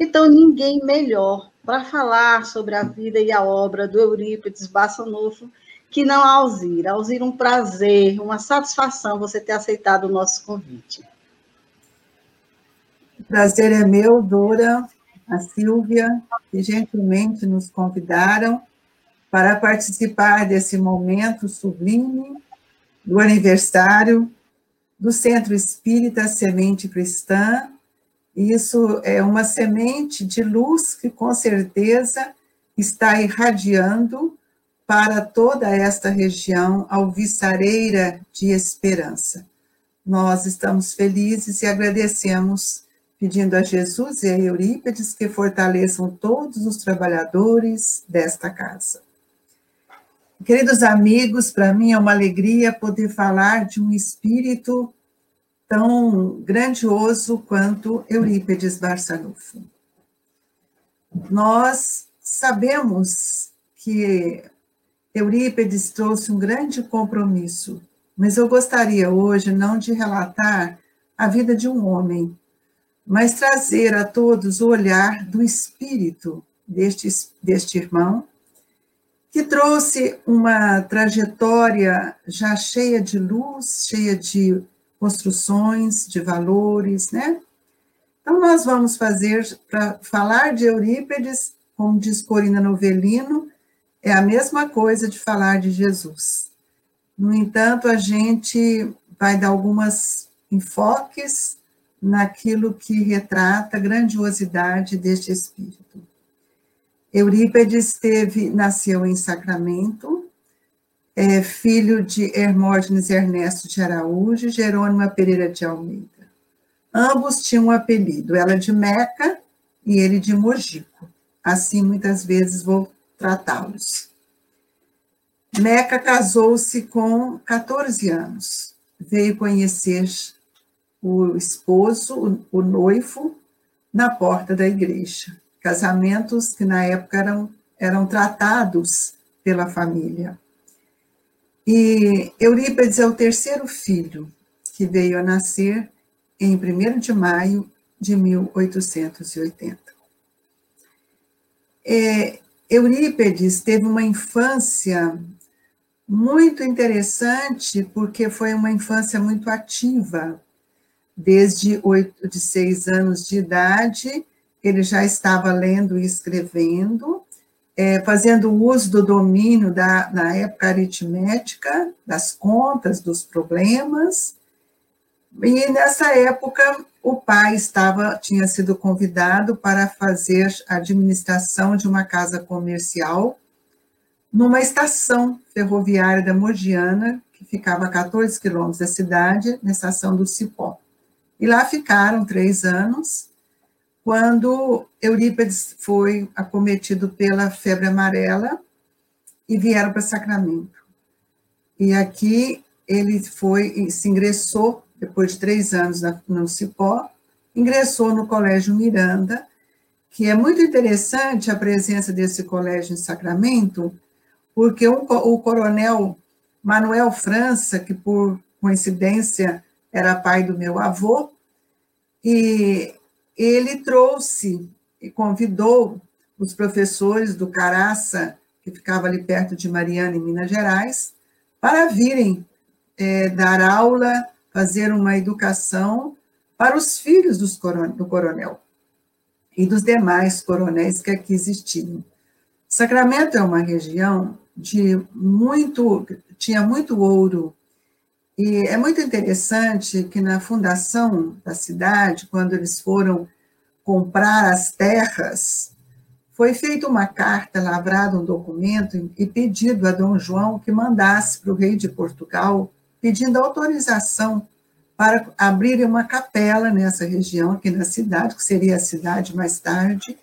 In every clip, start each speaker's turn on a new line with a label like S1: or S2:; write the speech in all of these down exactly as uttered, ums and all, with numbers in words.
S1: Então, ninguém melhor para falar sobre a vida e a obra do Eurípides Barçanufo que não a Alzira. Alzira, um prazer, uma satisfação você ter aceitado o nosso convite.
S2: O prazer é meu, Dora, a Silvia, que gentilmente nos convidaram para participar desse momento sublime do aniversário do Centro Espírita Semente Cristã. Isso é uma semente de luz que, com certeza, está irradiando para toda esta região alvissareira de esperança. Nós estamos felizes e agradecemos, pedindo a Jesus e a Eurípides que fortaleçam todos os trabalhadores desta casa. Queridos amigos, para mim é uma alegria poder falar de um espírito tão grandioso quanto Eurípides Barçanufo. Nós sabemos que Eurípides trouxe um grande compromisso, mas eu gostaria hoje não de relatar a vida de um homem, mas trazer a todos o olhar do espírito deste, deste irmão, que trouxe uma trajetória já cheia de luz, cheia de construções, de valores, né? Então, nós vamos fazer, para falar de Eurípides, como diz Corina Novellino, é a mesma coisa de falar de Jesus. No entanto, a gente vai dar alguns enfoques naquilo que retrata a grandiosidade deste espírito. Eurípides teve, nasceu em Sacramento, é filho de Hermógenes Ernesto de Araújo e Jerônima Pereira de Almeida. Ambos tinham um apelido, ela de Meca e ele de Mojico. Assim, muitas vezes, vou tratá-los. Meca casou-se com catorze anos. Veio conhecer o esposo, o noivo, na porta da igreja. Casamentos que, na época, eram, eram tratados pela família. E Eurípides é o terceiro filho que veio a nascer em primeiro de maio de mil oitocentos e oitenta. É, Eurípides teve uma infância muito interessante, porque foi uma infância muito ativa. Desde oito, de seis anos de idade, ele já estava lendo e escrevendo, é, fazendo uso do domínio da, na época aritmética, das contas, dos problemas. E nessa época, o pai estava, tinha sido convidado para fazer a administração de uma casa comercial numa estação ferroviária da Mogiana, que ficava a catorze quilômetros da cidade, na estação do Cipó. E lá ficaram três anos, quando Eurípides foi acometido pela febre amarela e vieram para Sacramento. E aqui ele foi, se ingressou, depois de três anos no Cipó, ingressou no Colégio Miranda, que é muito interessante a presença desse colégio em Sacramento, porque um, o coronel Manuel França, que por coincidência era pai do meu avô, e ele trouxe e convidou os professores do Caraça, que ficava ali perto de Mariana, em Minas Gerais, para virem é, dar aula, fazer uma educação para os filhos dos coron- do coronel e dos demais coronéis que aqui existiam. Sacramento é uma região de muito, tinha muito ouro, e é muito interessante que na fundação da cidade, quando eles foram comprar as terras, foi feita uma carta, lavrado um documento e pedido a Dom João que mandasse para o rei de Portugal, pedindo autorização para abrir uma capela nessa região, aqui na cidade, que seria a cidade mais tarde,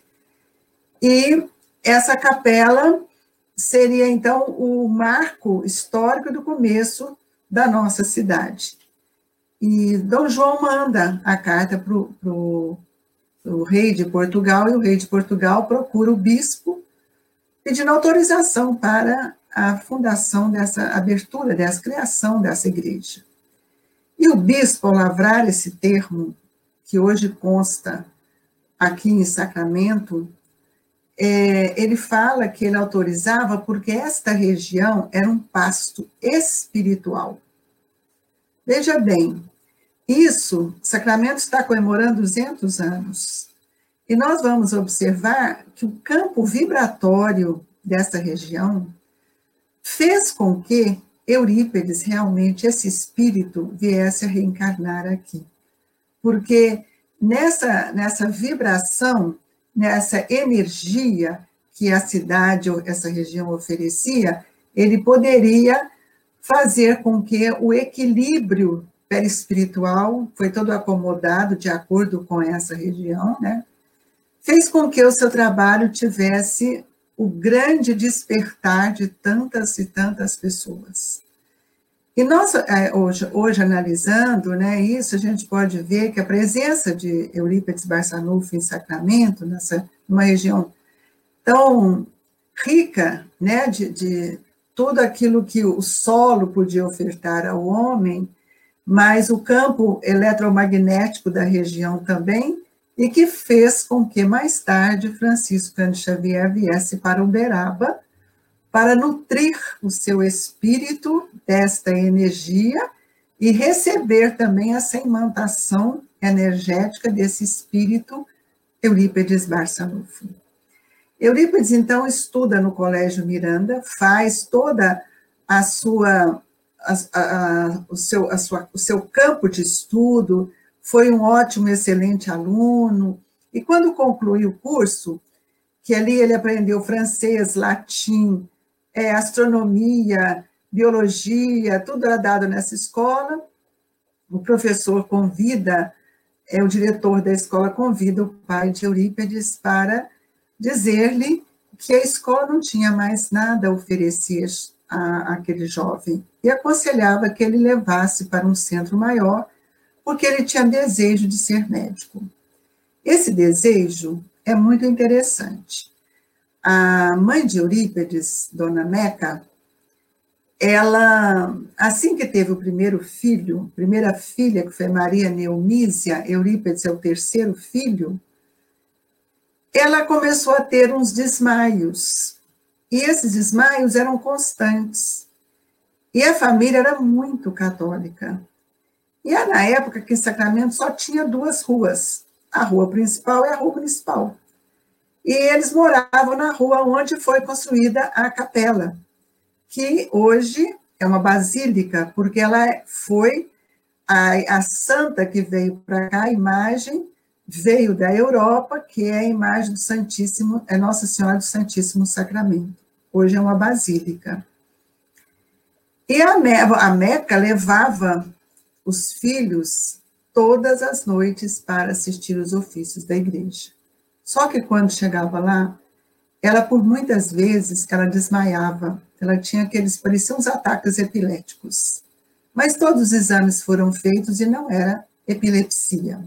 S2: e essa capela seria, então, o marco histórico do começo da nossa cidade. E Dom João manda a carta para o rei de Portugal, e o rei de Portugal procura o bispo, pedindo autorização para a fundação dessa abertura, dessa criação dessa igreja. E o bispo, ao lavrar esse termo, que hoje consta aqui em Sacramento, é, ele fala que ele autorizava porque esta região era um pasto espiritual. Veja bem, isso, Sacramento está comemorando duzentos anos, e nós vamos observar que o campo vibratório dessa região fez com que Eurípides, realmente, esse espírito, viesse a reencarnar aqui. Porque nessa, nessa vibração, nessa energia que a cidade, essa região oferecia, ele poderia fazer com que o equilíbrio perispiritual foi todo acomodado de acordo com essa região, né? Fez com que o seu trabalho tivesse o grande despertar de tantas e tantas pessoas. E nós, hoje, hoje analisando, né, isso, a gente pode ver que a presença de Eurípides Barçanufo em Sacramento, nessa, numa região tão rica, né, de, de tudo aquilo que o solo podia ofertar ao homem, mas o campo eletromagnético da região também, e que fez com que, mais tarde, Francisco Cândido Xavier viesse para Uberaba para nutrir o seu espírito desta energia e receber também essa imantação energética desse espírito Eurípides Barçanufo. Eurípides, então, estuda no Colégio Miranda, faz toda a sua, a, a, o, seu, a sua, o seu campo de estudo, foi um ótimo, excelente aluno, e quando concluiu o curso, que ali ele aprendeu francês, latim, é, astronomia, biologia, tudo era dado nessa escola, o professor convida, é, o diretor da escola convida o pai de Eurípides para dizer-lhe que a escola não tinha mais nada a oferecer a, àquele jovem, e aconselhava que ele levasse para um centro maior, porque ele tinha desejo de ser médico. Esse desejo é muito interessante. A mãe de Eurípides, Dona Meca, ela, assim que teve o primeiro filho, primeira filha, que foi Maria Neumísia, Eurípides é o terceiro filho, ela começou a ter uns desmaios, e esses desmaios eram constantes, e a família era muito católica. E era na época que em Sacramento só tinha duas ruas, a rua principal e a rua municipal. E eles moravam na rua onde foi construída a capela, que hoje é uma basílica, porque ela foi a, a santa que veio para cá, a imagem veio da Europa, que é a imagem do Santíssimo, é Nossa Senhora do Santíssimo Sacramento. Hoje é uma basílica. E a, Me, a Meca levava os filhos todas as noites para assistir os ofícios da igreja. Só que quando chegava lá, ela, por muitas vezes, ela desmaiava, ela tinha aqueles, pareciam uns ataques epiléticos. Mas todos os exames foram feitos e não era epilepsia.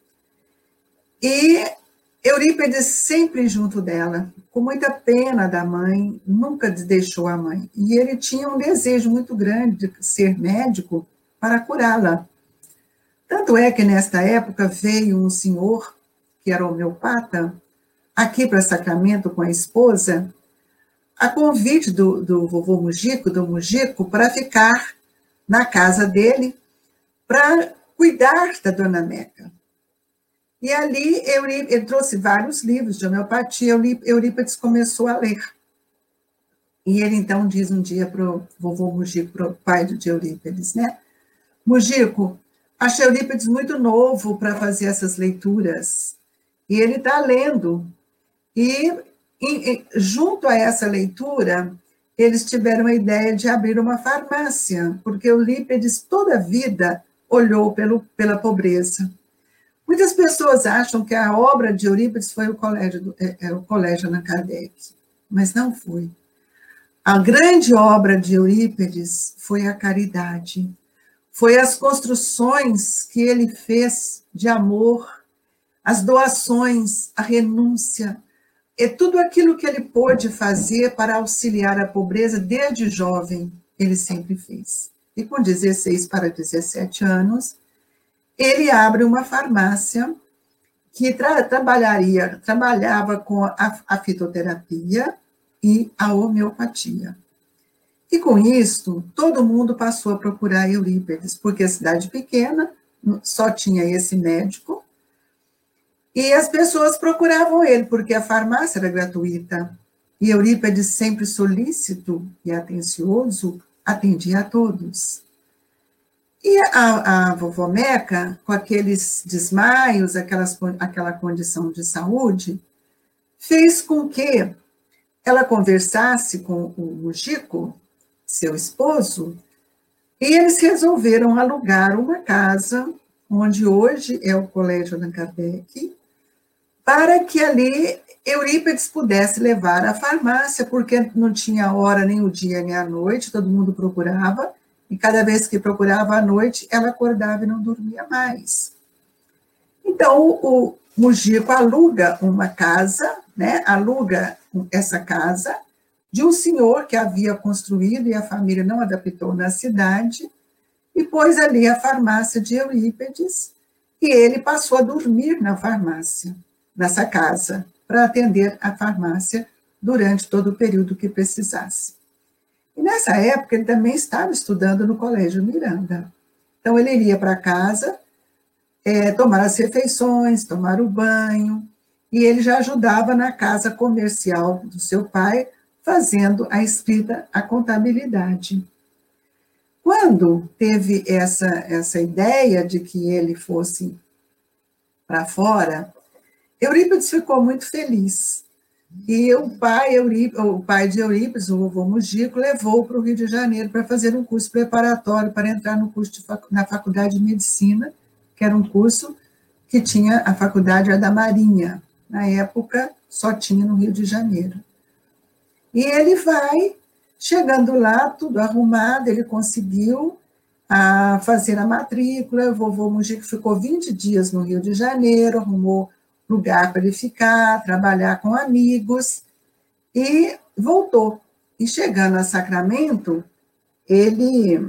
S2: E Eurípides sempre junto dela, com muita pena da mãe, nunca deixou a mãe. E ele tinha um desejo muito grande de ser médico para curá-la. Tanto é que, nesta época, veio um senhor, que era homeopata, aqui para Sacramento com a esposa, a convite do, do vovô Mujico, do Mujico, para ficar na casa dele, para cuidar da Dona Meca. E ali ele trouxe vários livros de homeopatia, Eurípides começou a ler. E ele então diz um dia para o vovô Mujico, para o pai de Eurípides, né? Mujico, achei Eurípides muito novo para fazer essas leituras. E ele está lendo. E, e junto a essa leitura, eles tiveram a ideia de abrir uma farmácia, porque Eurípides toda a vida olhou pelo, pela pobreza. Muitas pessoas acham que a obra de Eurípides foi o colégio, do, é, é, o colégio Allan Kardec, mas não foi. A grande obra de Eurípides foi a caridade, foi as construções que ele fez de amor, as doações, a renúncia, e tudo aquilo que ele pôde fazer para auxiliar a pobreza desde jovem, ele sempre fez. E com dezesseis para dezessete anos, ele abre uma farmácia que tra trabalharia, trabalhava com a, a fitoterapia e a homeopatia. E com isso, todo mundo passou a procurar Eurípides, porque a cidade pequena só tinha esse médico, e as pessoas procuravam ele, porque a farmácia era gratuita. E Eurípides, sempre solícito e atencioso, atendia a todos. E a, a vovó Meca, com aqueles desmaios, aquelas, aquela condição de saúde, fez com que ela conversasse com o Mujico, seu esposo, e eles resolveram alugar uma casa, onde hoje é o Colégio Allan Kardec, para que ali Eurípides pudesse levar à farmácia, porque não tinha hora nem o dia nem a noite, todo mundo procurava, e cada vez que procurava à noite, ela acordava e não dormia mais. Então, o Mujico aluga uma casa, né, aluga essa casa de um senhor que havia construído e a família não adaptou na cidade, e pôs ali a farmácia de Eurípides, e ele passou a dormir na farmácia, nessa casa, para atender a farmácia durante todo o período que precisasse. E nessa época, ele também estava estudando no Colégio Miranda. Então, ele iria para casa, é, tomar as refeições, tomar o banho, e ele já ajudava na casa comercial do seu pai, fazendo a escrita, a contabilidade. Quando teve essa, essa ideia de que ele fosse para fora, Eurípides ficou muito feliz. E o pai, Eurípides, o pai de Eurípides, o vovô Mujico, levou para o Rio de Janeiro para fazer um curso preparatório para entrar no curso de, na Faculdade de Medicina, que era um curso que tinha a Faculdade da Marinha. Na época, só tinha no Rio de Janeiro. E ele vai, chegando lá, tudo arrumado, ele conseguiu a fazer a matrícula, o vovô Mujico ficou vinte dias no Rio de Janeiro, arrumou lugar para ele ficar, trabalhar com amigos, e voltou. E chegando a Sacramento, ele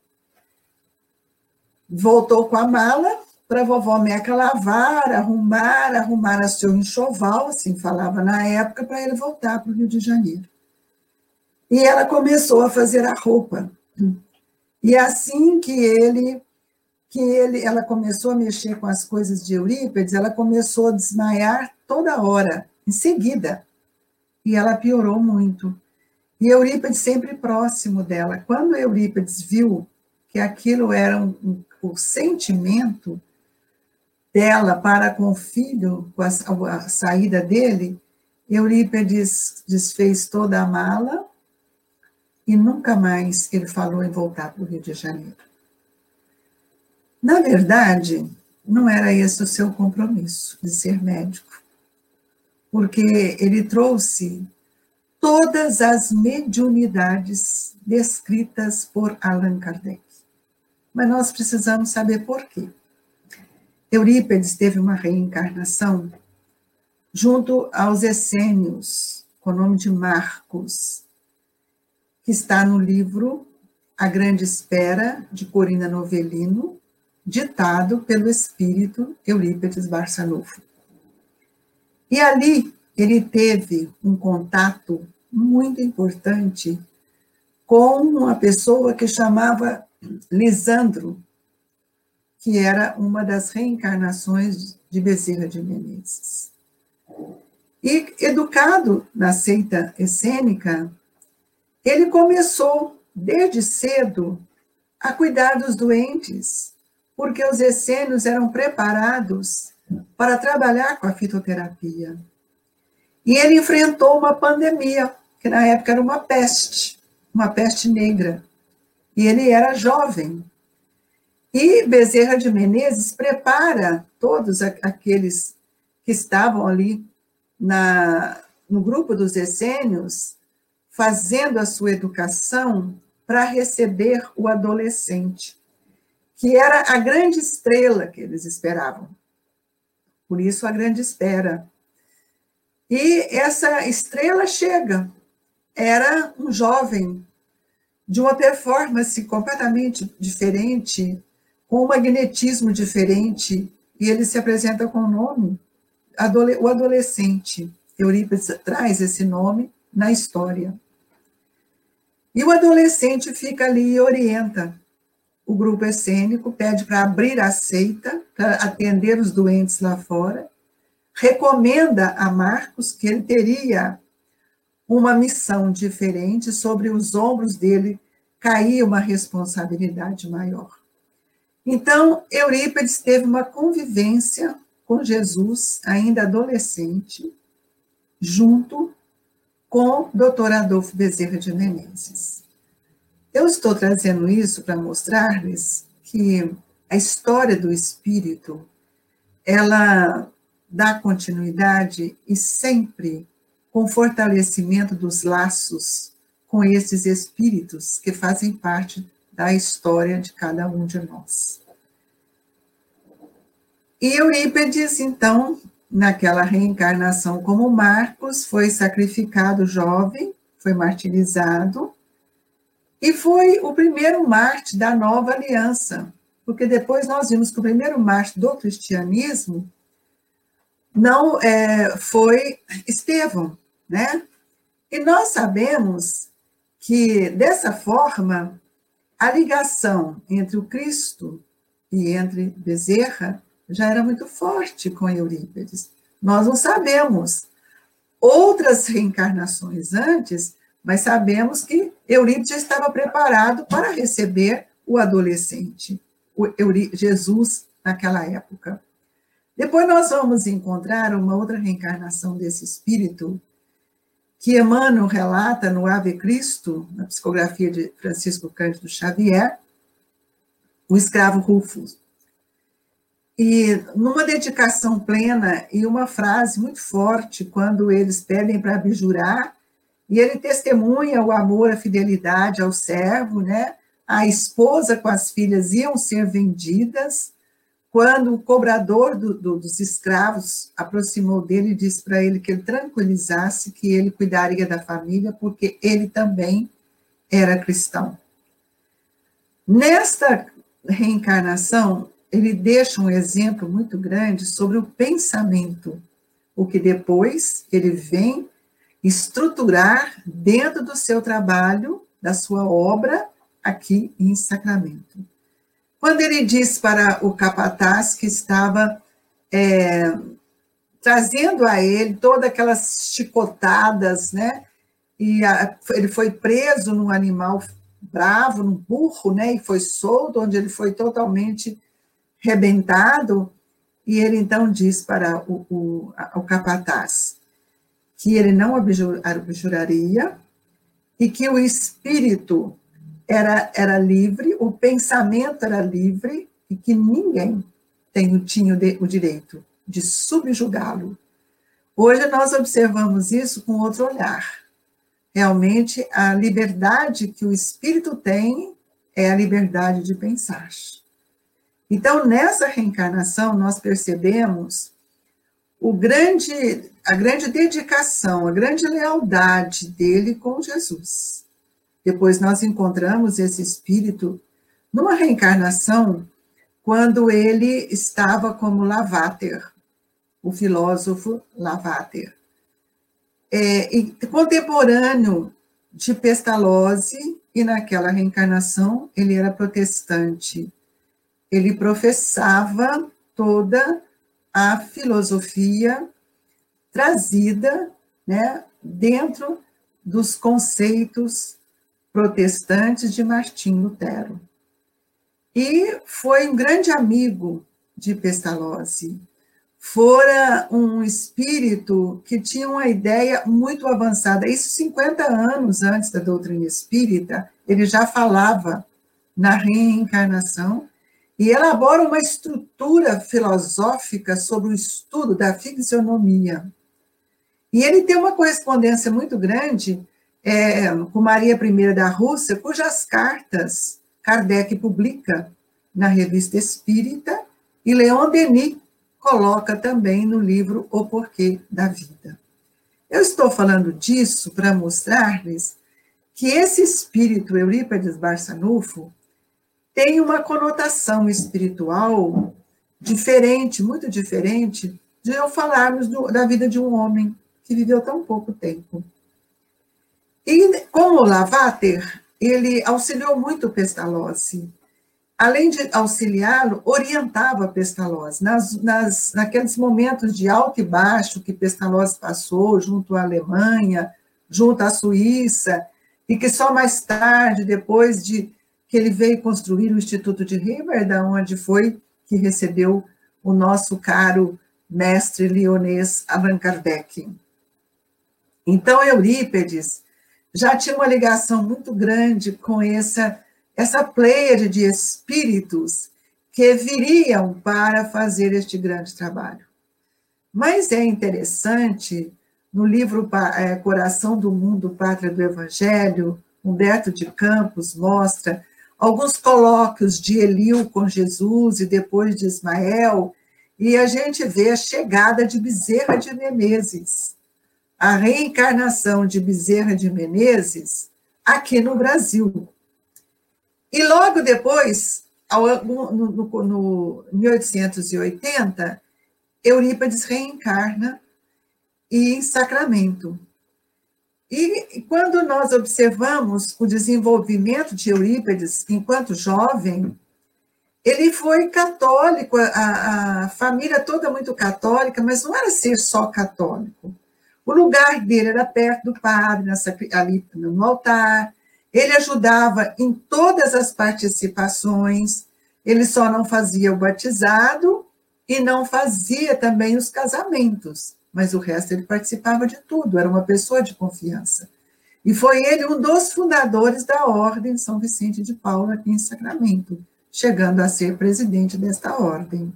S2: voltou com a mala para a vovó Meca lavar, arrumar, arrumar a seu enxoval, assim falava na época, para ele voltar para o Rio de Janeiro. E ela começou a fazer a roupa. E assim que ele, que ele, ela começou a mexer com as coisas de Eurípides, ela começou a desmaiar toda hora, em seguida. E ela piorou muito. E Eurípides sempre próximo dela. Quando Eurípides viu que aquilo era um, um, o sentimento dela para com o filho, com a, a saída dele, Eurípides desfez toda a mala e nunca mais ele falou em voltar para o Rio de Janeiro. Na verdade, não era esse o seu compromisso de ser médico, porque ele trouxe todas as mediunidades descritas por Allan Kardec. Mas nós precisamos saber por quê. Eurípides teve uma reencarnação junto aos essênios, com o nome de Marcos, que está no livro A Grande Espera, de Corina Novellino, ditado pelo espírito Eurípides Barçanufo. E ali ele teve um contato muito importante com uma pessoa que chamava Lisandro, que era uma das reencarnações de Bezerra de Menezes. E, educado na seita essênica, ele começou, desde cedo, a cuidar dos doentes, porque os essênios eram preparados para trabalhar com a fitoterapia. E ele enfrentou uma pandemia, que na época era uma peste, uma peste negra. E ele era jovem. E Bezerra de Menezes prepara todos aqueles que estavam ali na, no grupo dos essênios, fazendo a sua educação para receber o adolescente, que era a grande estrela que eles esperavam. Por isso, a grande espera. E essa estrela chega. Era um jovem de uma performance completamente diferente, com um magnetismo diferente, e ele se apresenta com o nome o adolescente. Eurípides traz esse nome na história. E o adolescente fica ali e orienta. O grupo essênico pede para abrir a seita, para atender os doentes lá fora, recomenda a Marcos que ele teria uma missão diferente, sobre os ombros dele caía uma responsabilidade maior. Então, Eurípides teve uma convivência com Jesus, ainda adolescente, junto com o doutor Adolfo Bezerra de Menezes. Eu estou trazendo isso para mostrar-lhes que a história do espírito, ela dá continuidade e sempre com fortalecimento dos laços com esses espíritos que fazem parte da história de cada um de nós. E Eurípides, então, naquela reencarnação como Marcos, foi sacrificado jovem, foi martirizado, e foi o primeiro mártir da nova aliança, porque depois nós vimos que o primeiro mártir do cristianismo não é, foi Estevão, né? E nós sabemos que, dessa forma, a ligação entre o Cristo e entre Bezerra já era muito forte com Eurípides. Nós não sabemos outras reencarnações antes, mas sabemos que Eurípides já estava preparado para receber o adolescente, o Jesus naquela época. Depois nós vamos encontrar uma outra reencarnação desse espírito, que Emmanuel relata no Ave Cristo, na psicografia de Francisco Cândido Xavier, o escravo Rufus. E numa dedicação plena e uma frase muito forte, quando eles pedem para abjurar, e ele testemunha o amor, a fidelidade ao servo, né? A esposa com as filhas iam ser vendidas, quando o cobrador do, do, dos escravos aproximou dele e disse para ele que ele tranquilizasse, que ele cuidaria da família, porque ele também era cristão. Nesta reencarnação, ele deixa um exemplo muito grande sobre o pensamento, o que depois ele vem estruturar dentro do seu trabalho, da sua obra, aqui em Sacramento. Quando ele diz para o capataz que estava é, trazendo a ele todas aquelas chicotadas, né? E a, ele foi preso num animal bravo, num burro, né? E foi solto, onde ele foi totalmente rebentado. E ele então diz para o, o, o capataz que ele não abjuraria e que o espírito Era, era livre, o pensamento era livre, e que ninguém tem, tinha o, o direito de subjugá-lo. Hoje nós observamos isso com outro olhar. Realmente, a liberdade que o espírito tem é a liberdade de pensar. Então, nessa reencarnação, nós percebemos o grande, a grande dedicação, a grande lealdade dele com Jesus. Depois nós encontramos esse espírito numa reencarnação, quando ele estava como Lavater, o filósofo Lavater. É, e contemporâneo de Pestalozzi, e naquela reencarnação ele era protestante. Ele professava toda a filosofia trazida, né, dentro dos conceitos protestantes de Martim Lutero. E foi um grande amigo de Pestalozzi. Fora um espírito que tinha uma ideia muito avançada. Isso cinquenta anos antes da doutrina espírita, ele já falava na reencarnação e elabora uma estrutura filosófica sobre o estudo da fisiognomia. E ele tem uma correspondência muito grande É, com Maria I da Rússia, cujas cartas Kardec publica na Revista Espírita, e Leon Denis coloca também no livro O Porquê da Vida. Eu estou falando disso para mostrar-lhes que esse espírito, Eurípides Barçanufo, tem uma conotação espiritual diferente, muito diferente de eu falarmos do, da vida de um homem que viveu tão pouco tempo. E, como Lavater, ele auxiliou muito Pestalozzi. Além de auxiliá-lo, orientava Pestalozzi. Nas, nas, naqueles momentos de alto e baixo que Pestalozzi passou, junto à Alemanha, junto à Suíça, e que só mais tarde, depois de que ele veio construir o Instituto de Riverdale, onde foi que recebeu o nosso caro mestre leonês Allan Kardec. Então, Eurípedes já tinha uma ligação muito grande com essa, essa pleiade de espíritos que viriam para fazer este grande trabalho. Mas é interessante, no livro é, Coração do Mundo, Pátria do Evangelho, Humberto de Campos mostra alguns colóquios de Eliú com Jesus e depois de Ismael, e a gente vê a chegada de Bezerra de Menezes, a reencarnação de Bezerra de Menezes aqui no Brasil. E logo depois, no, no, no mil oitocentos e oitenta, Eurípides reencarna em Sacramento. E quando nós observamos o desenvolvimento de Eurípides enquanto jovem, ele foi católico, a, a família toda muito católica, mas não era ser só católico. O lugar dele era perto do padre, nessa, ali no altar, ele ajudava em todas as participações, ele só não fazia o batizado e não fazia também os casamentos, mas o resto ele participava de tudo, era uma pessoa de confiança. E foi ele um dos fundadores da Ordem São Vicente de Paulo aqui em Sacramento, chegando a ser presidente desta ordem.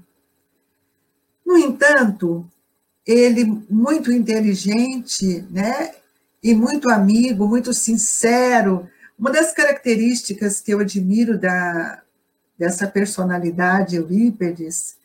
S2: No entanto, ele muito inteligente, né, e muito amigo, muito sincero. Uma das características que eu admiro da, dessa personalidade Eurípides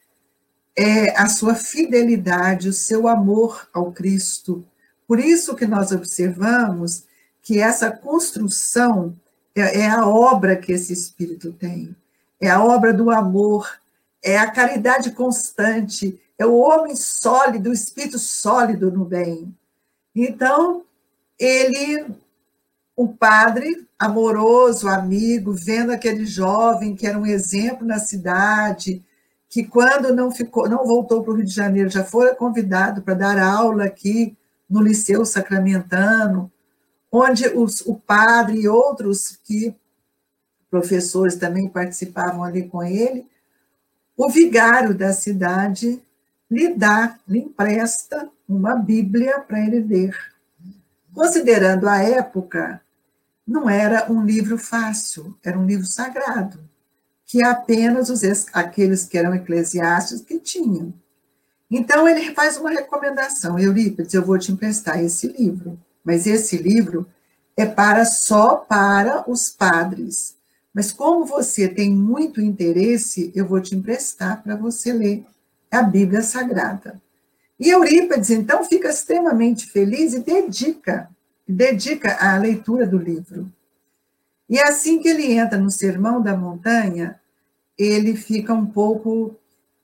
S2: é a sua fidelidade, o seu amor ao Cristo. Por isso que nós observamos que essa construção é, é a obra que esse espírito tem, é a obra do amor, é a caridade constante, é o homem sólido, o espírito sólido no bem. Então, ele, o padre, amoroso, amigo, vendo aquele jovem que era um exemplo na cidade, que quando não ficou, não voltou para o Rio de Janeiro, já foi convidado para dar aula aqui no Liceu Sacramentano, onde os, o padre e outros que professores também participavam ali com ele, o vigário da cidade lhe dá, lhe empresta uma Bíblia para ele ler. Considerando a época, não era um livro fácil, era um livro sagrado, que apenas os, aqueles que eram eclesiásticos que tinham. Então, ele faz uma recomendação: Eurípides, eu vou te emprestar esse livro, mas esse livro é para só para os padres. Mas como você tem muito interesse, eu vou te emprestar para você ler a Bíblia Sagrada. E Eurípides, então, fica extremamente feliz e dedica, dedica a leitura do livro. E assim que ele entra no Sermão da Montanha, ele fica um pouco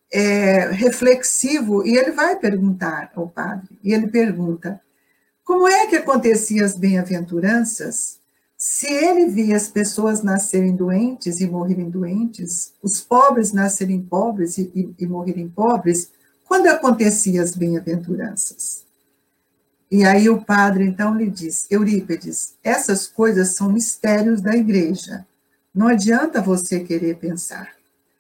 S2: é, reflexivo e ele vai perguntar ao padre. E ele pergunta: como é que aconteciam as bem-aventuranças se ele via as pessoas nascerem doentes e morrerem doentes, os pobres nascerem pobres e, e, e morrerem pobres, quando aconteciam as bem-aventuranças? E aí o padre, então, lhe diz: Eurípides, essas coisas são mistérios da igreja. Não adianta você querer pensar.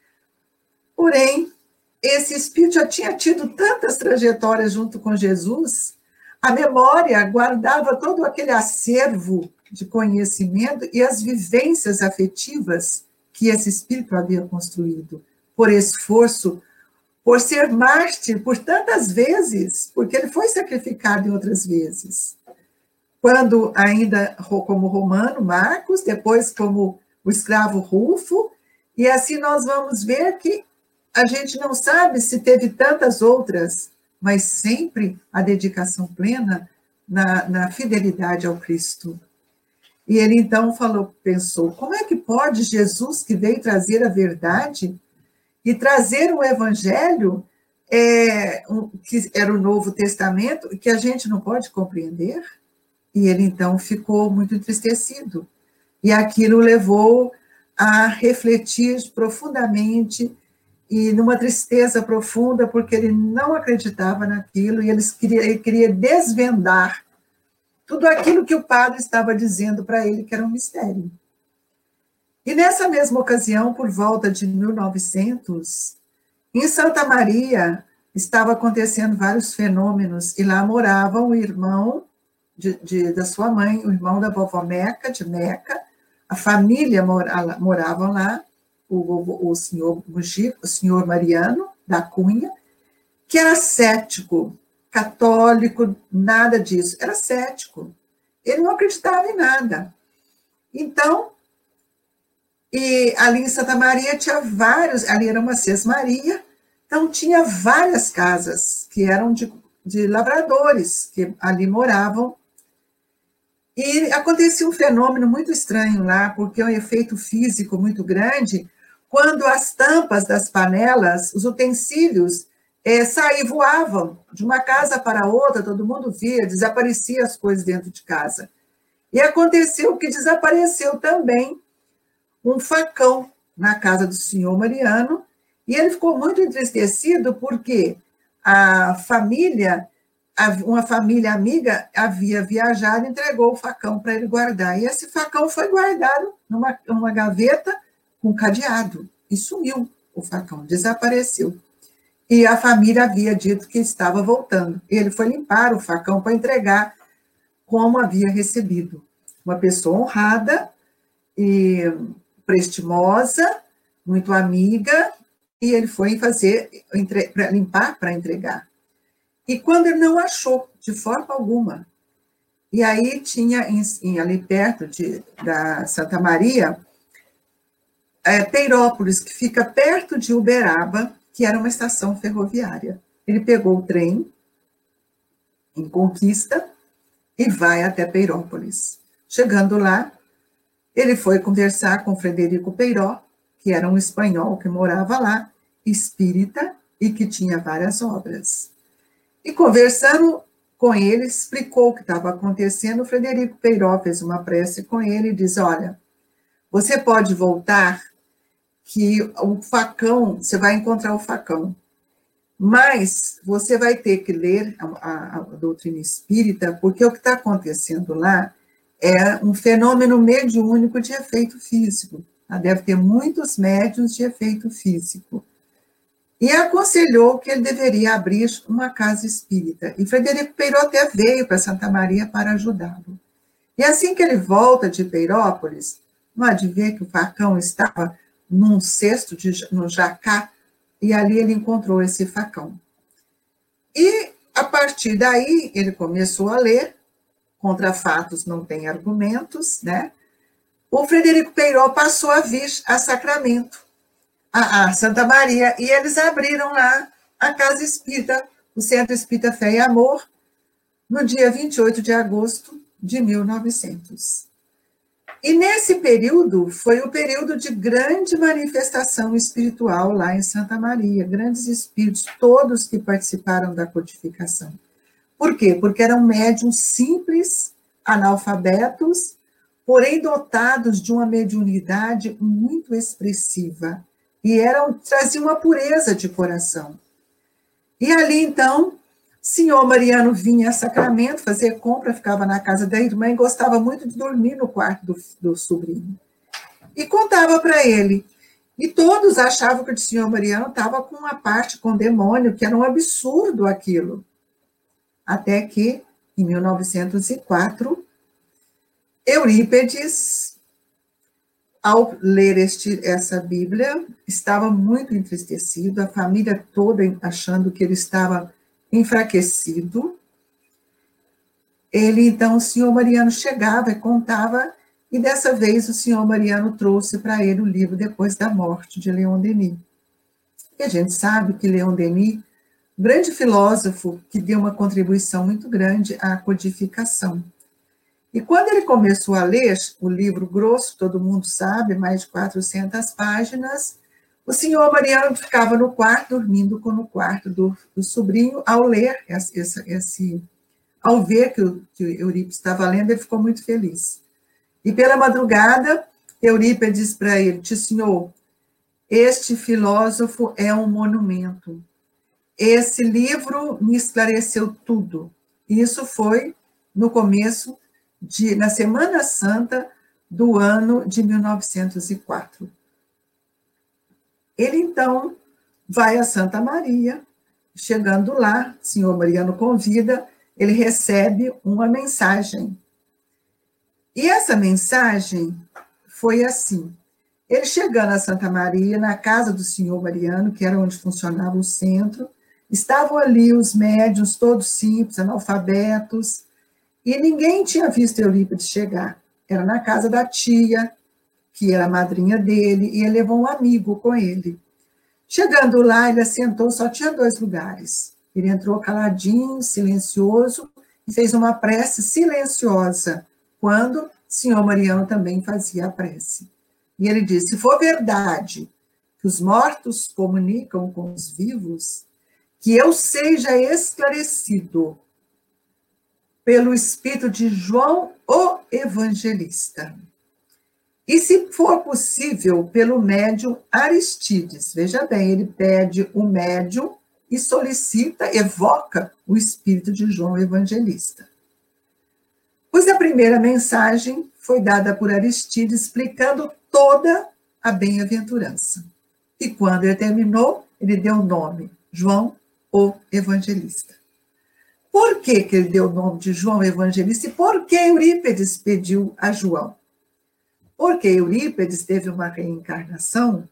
S2: Porém, esse espírito já tinha tido tantas trajetórias junto com Jesus, a memória guardava todo aquele acervo de conhecimento e as vivências afetivas que esse espírito havia construído, por esforço, por ser mártir por tantas vezes, porque ele foi sacrificado em outras vezes. Quando ainda como romano, Marcos, depois como o escravo Rufo, e assim nós vamos ver que a gente não sabe se teve tantas outras, mas sempre a dedicação plena na, na fidelidade ao Cristo. E ele então falou, pensou, como é que pode Jesus, que veio trazer a verdade e trazer o evangelho, é, um, que era o Novo Testamento, que a gente não pode compreender, e ele então ficou muito entristecido, e aquilo levou a refletir profundamente, e numa tristeza profunda, porque ele não acreditava naquilo, e ele queria, ele queria desvendar tudo aquilo que o padre estava dizendo para ele, que era um mistério. E nessa mesma ocasião, por volta de mil e novecentos, em Santa Maria, estava acontecendo vários fenômenos, e lá morava o irmão de, de, da sua mãe, o irmão da vovó Meca, de Meca, a família mora, morava lá, o, o, senhor Mujico, o senhor Mariano da Cunha, que era cético, católico, nada disso, era cético. Ele não acreditava em nada. Então, e ali em Santa Maria tinha vários, ali era uma sesmaria, então tinha várias casas que eram de, de lavradores, que ali moravam. E acontecia um fenômeno muito estranho lá, porque é um efeito físico muito grande, quando as tampas das panelas, os utensílios, é, saíam, voavam de uma casa para outra, todo mundo via, desapareciam as coisas dentro de casa. E aconteceu que desapareceu também um facão na casa do senhor Mariano, e ele ficou muito entristecido porque a família, uma família amiga havia viajado e entregou o facão para ele guardar. E esse facão foi guardado numa, numa gaveta com cadeado, e sumiu o facão, desapareceu. E a família havia dito que estava voltando. Ele foi limpar o facão para entregar como havia recebido. Uma pessoa honrada e prestimosa, muito amiga, e ele foi fazer, para limpar para entregar. E quando ele não achou, de forma alguma, e aí tinha em, em, ali perto de, da Santa Maria, é, Peirópolis, que fica perto de Uberaba, que era uma estação ferroviária. Ele pegou o trem em Conquista e vai até Peirópolis. Chegando lá, ele foi conversar com Frederico Peiró, que era um espanhol que morava lá, espírita, e que tinha várias obras. E conversando com ele, explicou o que estava acontecendo. O Frederico Peiró fez uma prece com ele e diz, olha, você pode voltar, que o facão, você vai encontrar o facão, mas você vai ter que ler a, a, a doutrina espírita, porque o que está acontecendo lá é um fenômeno mediúnico de efeito físico. Deve ter muitos médiuns de efeito físico. E aconselhou que ele deveria abrir uma casa espírita. E Frederico Peiró até veio para Santa Maria para ajudá-lo. E assim que ele volta de Peirópolis, não há de ver que o facão estava num cesto, de, no jacá, e ali ele encontrou esse facão. E, a partir daí, ele começou a ler, contra fatos não tem argumentos, né? O Frederico Peiró passou a vir a Sacramento, a, a Santa Maria, e eles abriram lá a Casa Espírita, o Centro Espírita Fé e Amor, no dia vinte e oito de agosto de mil e novecentos. E nesse período, foi o período de grande manifestação espiritual lá em Santa Maria, grandes espíritos, todos que participaram da codificação. Por quê? Porque eram médiuns simples, analfabetos, porém dotados de uma mediunidade muito expressiva, e eram, traziam uma pureza de coração. E ali, então, senhor Mariano vinha a Sacramento fazer compra, ficava na casa da irmã e gostava muito de dormir no quarto do, do sobrinho. E contava para ele. E todos achavam que o senhor Mariano estava com uma parte com demônio, que era um absurdo aquilo. Até que, em mil novecentos e quatro, Eurípedes, ao ler este, essa Bíblia, estava muito entristecido, a família toda achando que ele estava enfraquecido. Ele, então, o senhor Mariano chegava e contava, e dessa vez o senhor Mariano trouxe para ele o livro Depois da Morte, de Leon Denis. E a gente sabe que Leon Denis, grande filósofo, que deu uma contribuição muito grande à codificação. E quando ele começou a ler o livro grosso, todo mundo sabe, mais de quatrocentas páginas, O senhor Mariano ficava no quarto, dormindo no quarto do, do sobrinho. Ao ler, esse, esse, ao ver que o, que o Eurípides estava lendo, ele ficou muito feliz. E pela madrugada, Eurípides disse para ele: Tio senhor, este filósofo é um monumento. Esse livro me esclareceu tudo. Isso foi no começo, de, na Semana Santa do ano de mil novecentos e quatro. Ele, então, vai a Santa Maria. Chegando lá, o senhor Mariano convida, ele recebe uma mensagem. E essa mensagem foi assim: ele chegando a Santa Maria, na casa do senhor Mariano, que era onde funcionava o centro, estavam ali os médiuns, todos simples, analfabetos, e ninguém tinha visto Eurípides chegar. Era na casa da tia, que era a madrinha dele, e ele levou um amigo com ele. Chegando lá, ele assentou, só tinha dois lugares. Ele entrou caladinho, silencioso, e fez uma prece silenciosa, quando o senhor Mariano também fazia a prece. E ele disse: se for verdade que os mortos comunicam com os vivos, que eu seja esclarecido pelo espírito de João, o Evangelista. E, se for possível, pelo médium Aristides. Veja bem, ele pede o médium e solicita, evoca o espírito de João Evangelista. Pois a primeira mensagem foi dada por Aristides, explicando toda a bem-aventurança. E quando ele terminou, ele deu o nome, João o Evangelista. Por que que ele deu o nome de João Evangelista e por que Eurípides pediu a João? Porque Eurípides teve uma reencarnação,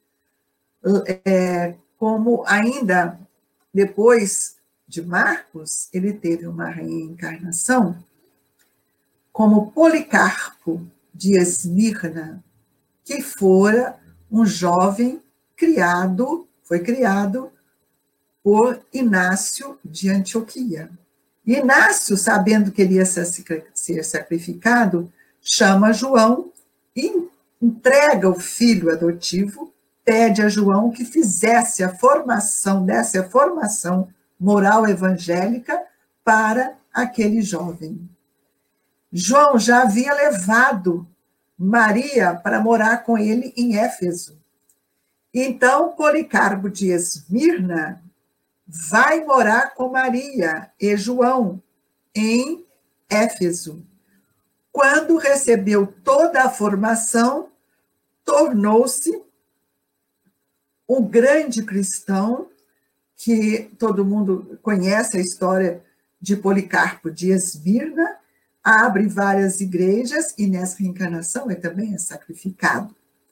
S2: é, como ainda depois de Marcos, ele teve uma reencarnação como Policarpo de Esmirna, que fora um jovem criado, foi criado por Inácio de Antioquia. Inácio, sabendo que ele ia ser sacrificado, chama João e entrega o filho adotivo, pede a João que fizesse a formação, desse a formação moral evangélica para aquele jovem. João já havia levado Maria para morar com ele em Éfeso. Então, Policarpo de Esmirna vai morar com Maria e João em Éfeso. Quando recebeu toda a formação, tornou-se um grande cristão, que todo mundo conhece a história de Policarpo de Esmirna, abre várias igrejas e nessa reencarnação ele também é sacrificado.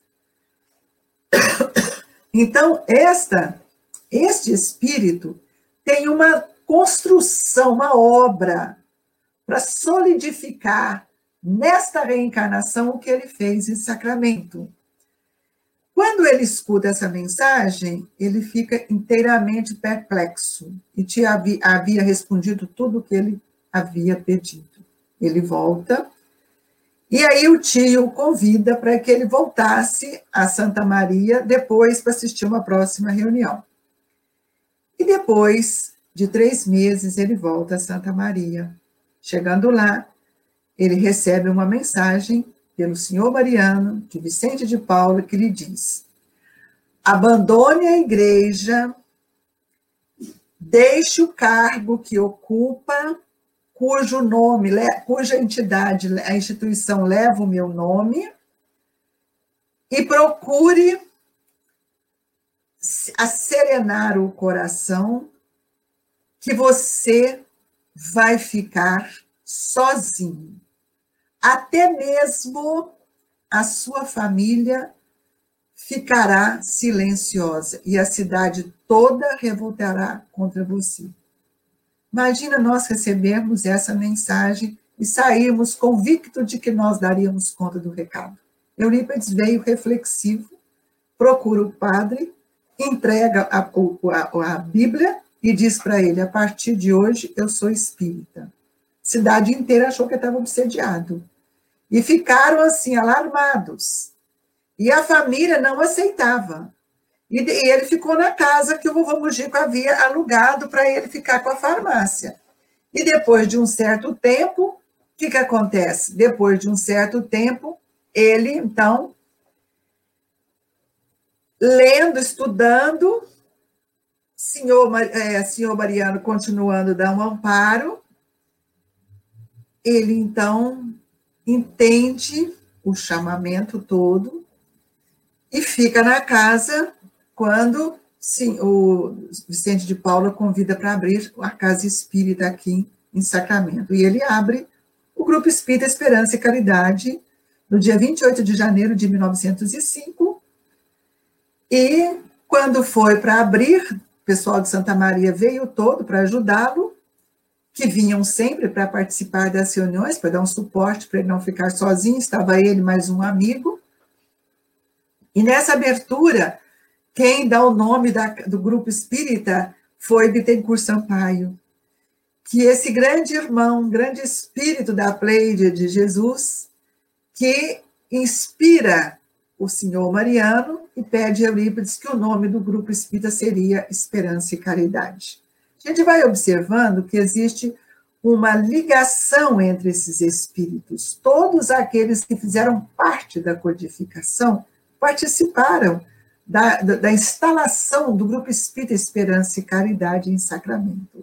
S2: Então, esta, este espírito tem uma construção, uma obra para solidificar nesta reencarnação o que ele fez em Sacramento. Quando ele escuta essa mensagem, ele fica inteiramente perplexo e te havia, havia respondido tudo o que ele havia pedido. Ele volta, e aí o tio o convida para que ele voltasse a Santa Maria depois para assistir uma próxima reunião. E depois de três meses ele volta a Santa Maria. Chegando lá, ele recebe uma mensagem pelo senhor Mariano, de Vicente de Paula, que lhe diz: abandone a igreja, deixe o cargo que ocupa, cujo nome, cuja entidade, a instituição leva o meu nome, e procure acerenar o coração, que você vai ficar sozinho. Até mesmo a sua família ficará silenciosa e a cidade toda revoltará contra você. Imagina nós recebermos essa mensagem e sairmos convictos de que nós daríamos conta do recado. Eurípides veio reflexivo, procura o padre, entrega a, a, a Bíblia e diz para ele: a partir de hoje eu sou espírita. A cidade inteira achou que estava obsediado. E ficaram assim, alarmados. E a família não aceitava. E, e ele ficou na casa que o vovô Mujico havia alugado para ele ficar com a farmácia. E depois de um certo tempo, o que, que acontece? Depois de um certo tempo, ele, então, lendo, estudando, senhor, é, senhor Mariano continuando a dar um amparo, ele, então, entende o chamamento todo e fica na casa quando sim, o Vicente de Paula convida para abrir a Casa Espírita aqui em Sacramento. E ele abre o Grupo Espírita Esperança e Caridade no dia vinte e oito de janeiro de mil novecentos e cinco. E quando foi para abrir, o pessoal de Santa Maria veio todo para ajudá-lo, que vinham sempre para participar das reuniões, para dar um suporte, para ele não ficar sozinho, estava ele mais um amigo. E nessa abertura, quem dá o nome da, do Grupo Espírita foi Bittencourt Sampaio, que esse grande irmão, grande espírito da Pleiade de Jesus, que inspira o senhor Mariano e pede a Eurípides que o nome do Grupo Espírita seria Esperança e Caridade. A gente vai observando que existe uma ligação entre esses espíritos. Todos aqueles que fizeram parte da codificação participaram da, da, da instalação do Grupo Espírita Esperança e Caridade em Sacramento.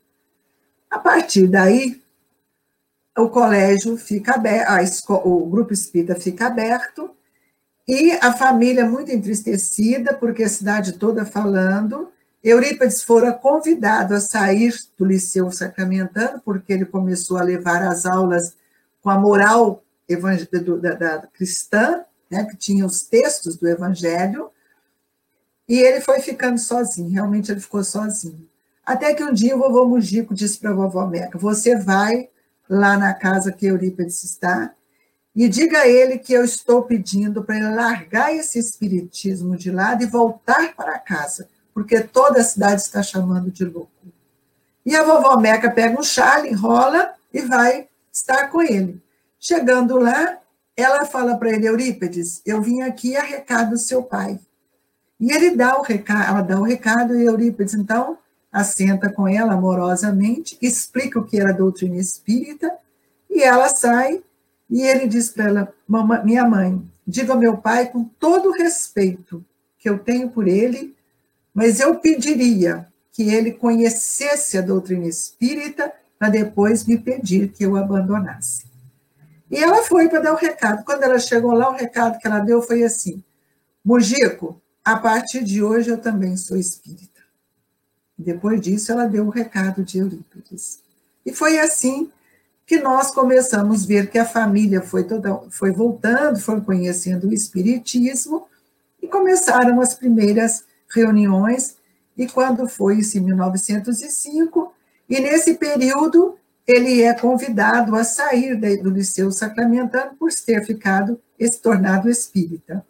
S2: A partir daí, o colégio fica aberto, a escola, o Grupo Espírita fica aberto, e a família muito entristecida, porque a cidade toda falando. Eurípides fora convidado a sair do Liceu Sacramentano, porque ele começou a levar as aulas com a moral da, da cristã, né, que tinha os textos do Evangelho, e ele foi ficando sozinho, realmente ele ficou sozinho. Até que um dia o vovô Mujico disse para a vovó Meca: você vai lá na casa que Eurípides está e diga a ele que eu estou pedindo para ele largar esse espiritismo de lado e voltar para casa, porque toda a cidade está chamando de louco. E a vovó Meca pega um chale, enrola e vai estar com ele. Chegando lá, ela fala para ele: Eurípides, eu vim aqui a recado do seu pai. E ele dá o recado, ela dá o recado, e Eurípides, então, assenta com ela amorosamente, explica o que era a doutrina espírita, e ela sai, e ele diz para ela: minha mãe, diga ao meu pai com todo o respeito que eu tenho por ele, mas eu pediria que ele conhecesse a doutrina espírita para depois me pedir que eu abandonasse. E ela foi para dar o recado. Quando ela chegou lá, o recado que ela deu foi assim: Mujico, a partir de hoje eu também sou espírita. Depois disso, ela deu o recado de Eurípides. E foi assim que nós começamos a ver que a família foi, toda, foi voltando, foi conhecendo o espiritismo, e começaram as primeiras reuniões, e quando foi isso em mil novecentos e cinco, e nesse período ele é convidado a sair do Liceu Sacramentano por ter ficado, se tornado espírita.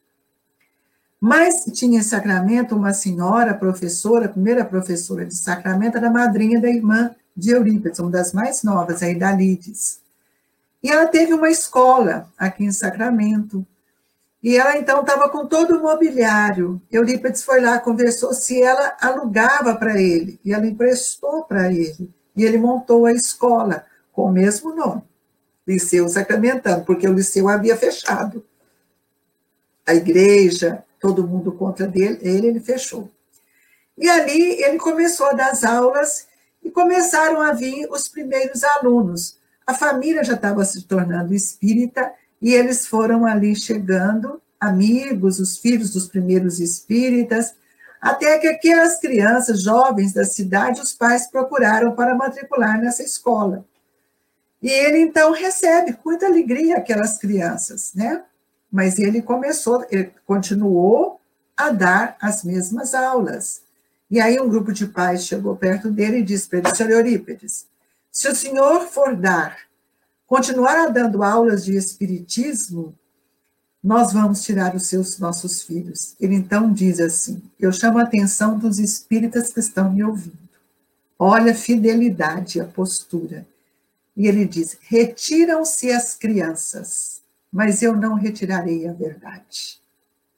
S2: Mas tinha em Sacramento uma senhora, professora, a primeira professora de Sacramento, era a madrinha da irmã de Eurípides, uma das mais novas, a Idalides. E ela teve uma escola aqui em Sacramento, e ela, então, estava com todo o mobiliário. Eurípides foi lá, conversou se ela alugava para ele, e ela emprestou para ele. E ele montou a escola, com o mesmo nome, Liceu Sacramentano, porque o liceu havia fechado. A igreja, todo mundo contra dele, ele, ele fechou. E ali ele começou a dar as aulas, e começaram a vir os primeiros alunos. A família já estava se tornando espírita, e eles foram ali chegando, amigos, os filhos dos primeiros espíritas, até que aquelas crianças jovens da cidade, os pais procuraram para matricular nessa escola. E ele, então, recebe com muita alegria aquelas crianças, né? Mas ele começou, ele continuou a dar as mesmas aulas. E aí um grupo de pais chegou perto dele e disse para ele: senhor Eurípides, se o senhor for dar, continuar dando aulas de espiritismo, nós vamos tirar os seus nossos filhos. Ele então diz assim: eu chamo a atenção dos espíritas que estão me ouvindo. Olha a fidelidade, a postura. E ele diz: retiram-se as crianças, mas eu não retirarei a verdade.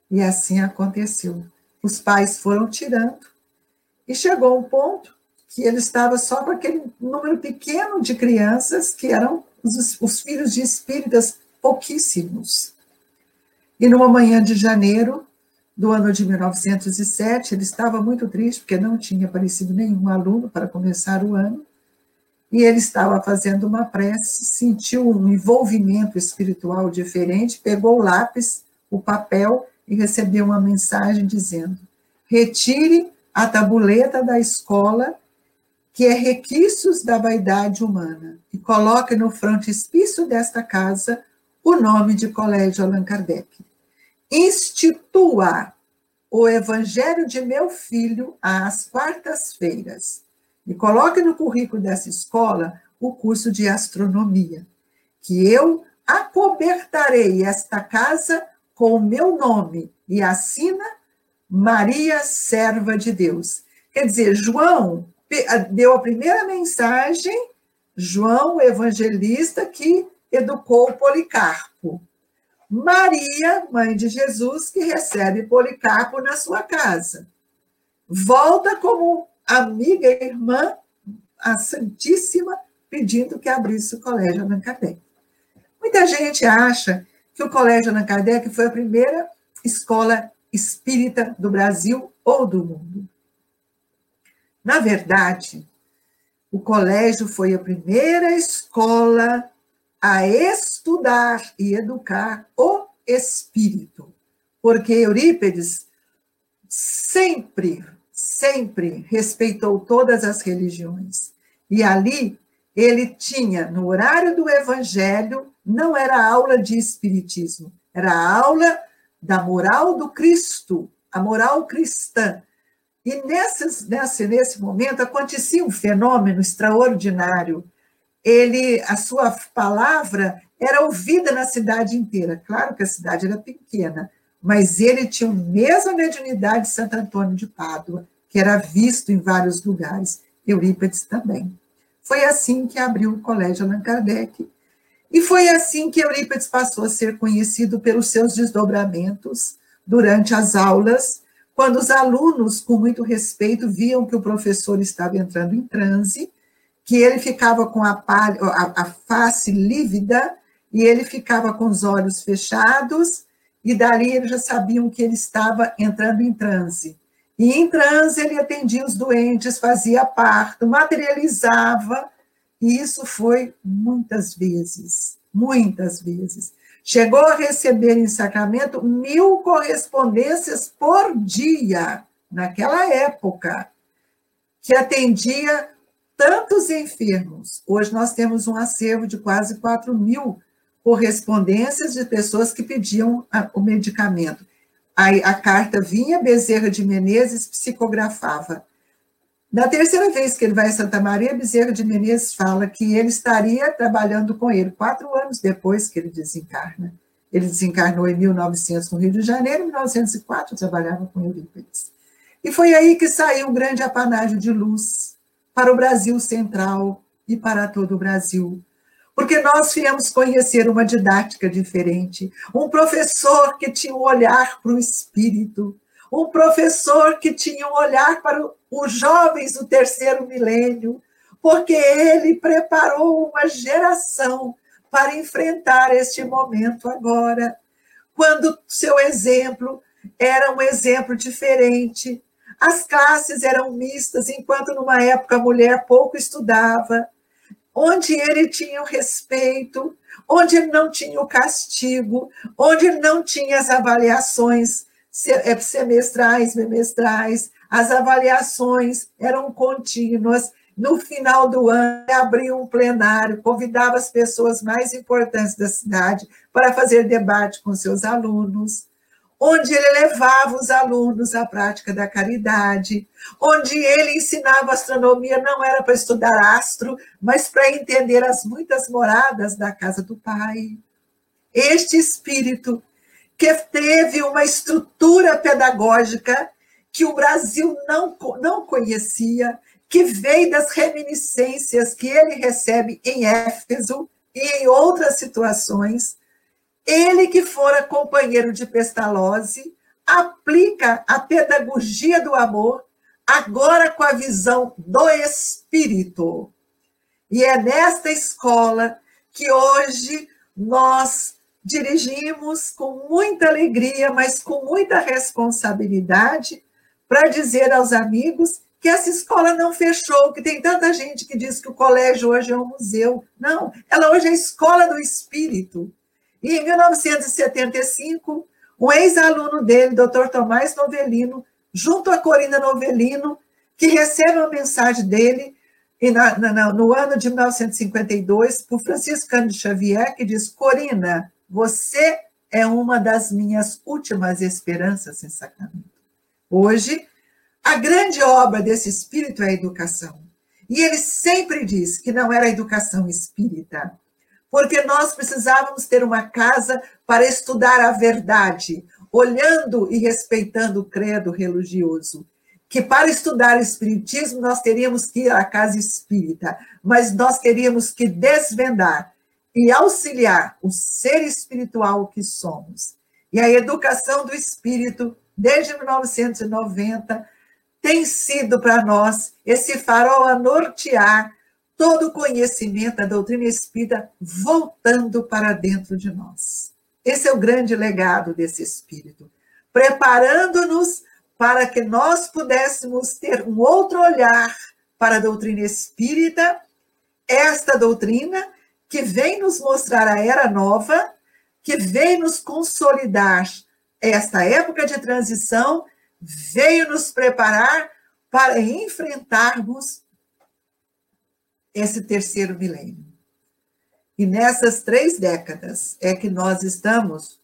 S2: E assim aconteceu. Os pais foram tirando, e chegou um ponto que ele estava só com aquele número pequeno de crianças, que eram os, os filhos de espíritas pouquíssimos. E numa manhã de janeiro do ano de mil novecentos e sete, ele estava muito triste, porque não tinha aparecido nenhum aluno para começar o ano, e ele estava fazendo uma prece, sentiu um envolvimento espiritual diferente, pegou o lápis, o papel, e recebeu uma mensagem dizendo: retire a tabuleta da escola, que é requisitos da vaidade humana, e coloque no frontispício desta casa o nome de Colégio Allan Kardec. Institua o Evangelho de meu filho às quartas-feiras e coloque no currículo dessa escola o curso de astronomia, que eu acobertarei esta casa com o meu nome e assina Maria, serva de Deus. Quer dizer, João deu a primeira mensagem, João, o evangelista, que educou Policarpo. Maria, mãe de Jesus, que recebe Policarpo na sua casa. Volta como amiga e irmã, a Santíssima, pedindo que abrisse o Colégio Allan Kardec. Muita gente acha que o Colégio Allan Kardec foi a primeira escola espírita do Brasil ou do mundo. Na verdade, o colégio foi a primeira escola a estudar e educar o espírito, porque Eurípides sempre, sempre respeitou todas as religiões, e ali ele tinha, no horário do evangelho, não era aula de espiritismo, era aula da moral do Cristo, a moral cristã. E nesses, nesse, nesse momento acontecia um fenômeno extraordinário. Ele, a sua palavra era ouvida na cidade inteira. Claro que a cidade era pequena, mas ele tinha a mesma mediunidade de Santo Antônio de Pádua, que era visto em vários lugares. Eurípides também. Foi assim que abriu o Colégio Allan Kardec. E foi assim que Eurípides passou a ser conhecido pelos seus desdobramentos durante as aulas, quando os alunos, com muito respeito, viam que o professor estava entrando em transe, que ele ficava com a, a, a face lívida, e ele ficava com os olhos fechados, e dali eles já sabiam que ele estava entrando em transe. E em transe ele atendia os doentes, fazia parto, materializava, e isso foi muitas vezes, muitas vezes. Chegou a receber em sacramento mil correspondências por dia, naquela época, que atendia tantos enfermos. Hoje nós temos um acervo de quase quatro mil correspondências de pessoas que pediam o medicamento. Aí a carta vinha, Bezerra de Menezes psicografava. Na terceira vez que ele vai a Santa Maria, Bezerra de Menezes fala que ele estaria trabalhando com ele, quatro anos depois que ele desencarna. Ele desencarnou em mil e novecentos no Rio de Janeiro, em mil novecentos e quatro trabalhava com Eurípides. E foi aí que saiu um grande apanágio de luz para o Brasil Central e para todo o Brasil. Porque nós viemos conhecer uma didática diferente, um professor que tinha um olhar para o espírito, um professor que tinha um olhar para os jovens do terceiro milênio, porque ele preparou uma geração para enfrentar este momento agora, quando seu exemplo era um exemplo diferente. As classes eram mistas, enquanto numa época a mulher pouco estudava, onde ele tinha o respeito, onde ele não tinha o castigo, onde ele não tinha as avaliações semestrais, bimestrais, as avaliações eram contínuas. No final do ano, abria um plenário, convidava as pessoas mais importantes da cidade para fazer debate com seus alunos, onde ele levava os alunos à prática da caridade, onde ele ensinava astronomia, não era para estudar astro, mas para entender as muitas moradas da casa do Pai. Este espírito que teve uma estrutura pedagógica que o Brasil não, não conhecia, que veio das reminiscências que ele recebe em Éfeso e em outras situações. Ele que fora companheiro de Pestalozzi, aplica a pedagogia do amor, agora com a visão do Espírito. E é nesta escola que hoje nós dirigimos com muita alegria, mas com muita responsabilidade, para dizer aos amigos que essa escola não fechou, que tem tanta gente que diz que o colégio hoje é um museu. Não, ela hoje é a escola do Espírito. E em mil novecentos e setenta e cinco, um ex-aluno dele, doutor Tomás Novelino, junto a Corinna Novelino, que recebe uma mensagem dele, e na, na, no ano de mil novecentos e cinquenta e dois, por Francisco Cândido Xavier, que diz: Corinna, você é uma das minhas últimas esperanças em Sacramento. Hoje, a grande obra desse espírito é a educação. E ele sempre diz que não era a educação espírita, porque nós precisávamos ter uma casa para estudar a verdade, olhando e respeitando o credo religioso. Que para estudar o espiritismo nós teríamos que ir à casa espírita, mas nós teríamos que desvendar e auxiliar o ser espiritual que somos. E a educação do espírito, desde mil novecentos e noventa, tem sido para nós esse farol a nortear todo o conhecimento da doutrina espírita voltando para dentro de nós. Esse é o grande legado desse espírito, preparando-nos para que nós pudéssemos ter um outro olhar para a doutrina espírita, esta doutrina que vem nos mostrar a era nova, que vem nos consolidar esta época de transição, veio nos preparar para enfrentarmos esse terceiro milênio. E nessas três décadas é que nós estamos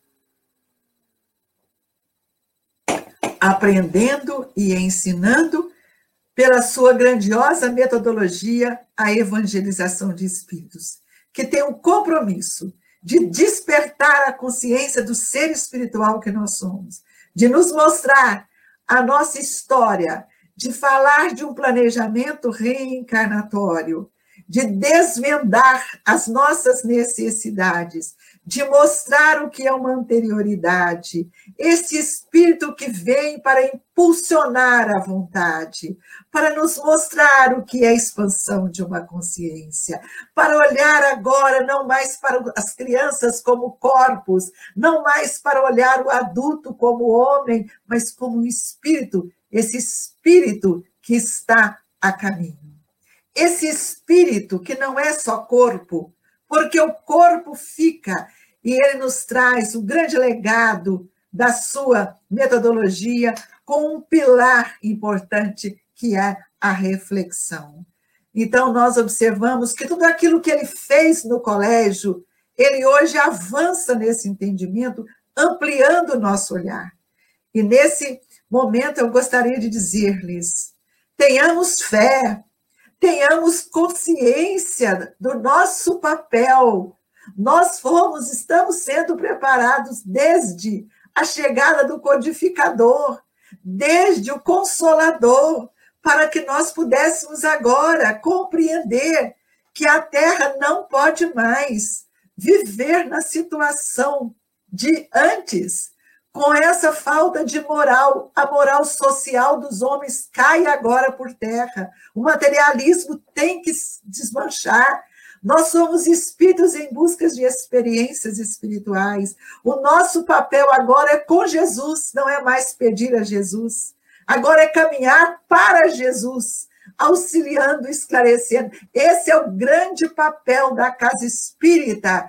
S2: aprendendo e ensinando, pela sua grandiosa metodologia, a evangelização de espíritos, que tem um compromisso de despertar a consciência do ser espiritual que nós somos, de nos mostrar a nossa história, de falar de um planejamento reencarnatório, de desvendar as nossas necessidades, de mostrar o que é uma anterioridade, esse espírito que vem para impulsionar a vontade, para nos mostrar o que é a expansão de uma consciência, para olhar agora não mais para as crianças como corpos, não mais para olhar o adulto como homem, mas como um espírito, esse espírito que está a caminho. Esse espírito que não é só corpo, porque o corpo fica, e ele nos traz o grande legado da sua metodologia com um pilar importante que é a reflexão. Então, nós observamos que tudo aquilo que ele fez no colégio, ele hoje avança nesse entendimento, ampliando o nosso olhar. E nesse momento eu gostaria de dizer-lhes, tenhamos fé, tenhamos consciência do nosso papel. Nós fomos, estamos sendo preparados desde a chegada do codificador, desde o Consolador, para que nós pudéssemos agora compreender que a Terra não pode mais viver na situação de antes, com essa falta de moral, a moral social dos homens cai agora por terra. O materialismo tem que desmanchar. Nós somos espíritos em busca de experiências espirituais. O nosso papel agora é com Jesus, não é mais pedir a Jesus. Agora é caminhar para Jesus, auxiliando, esclarecendo. Esse é o grande papel da casa espírita,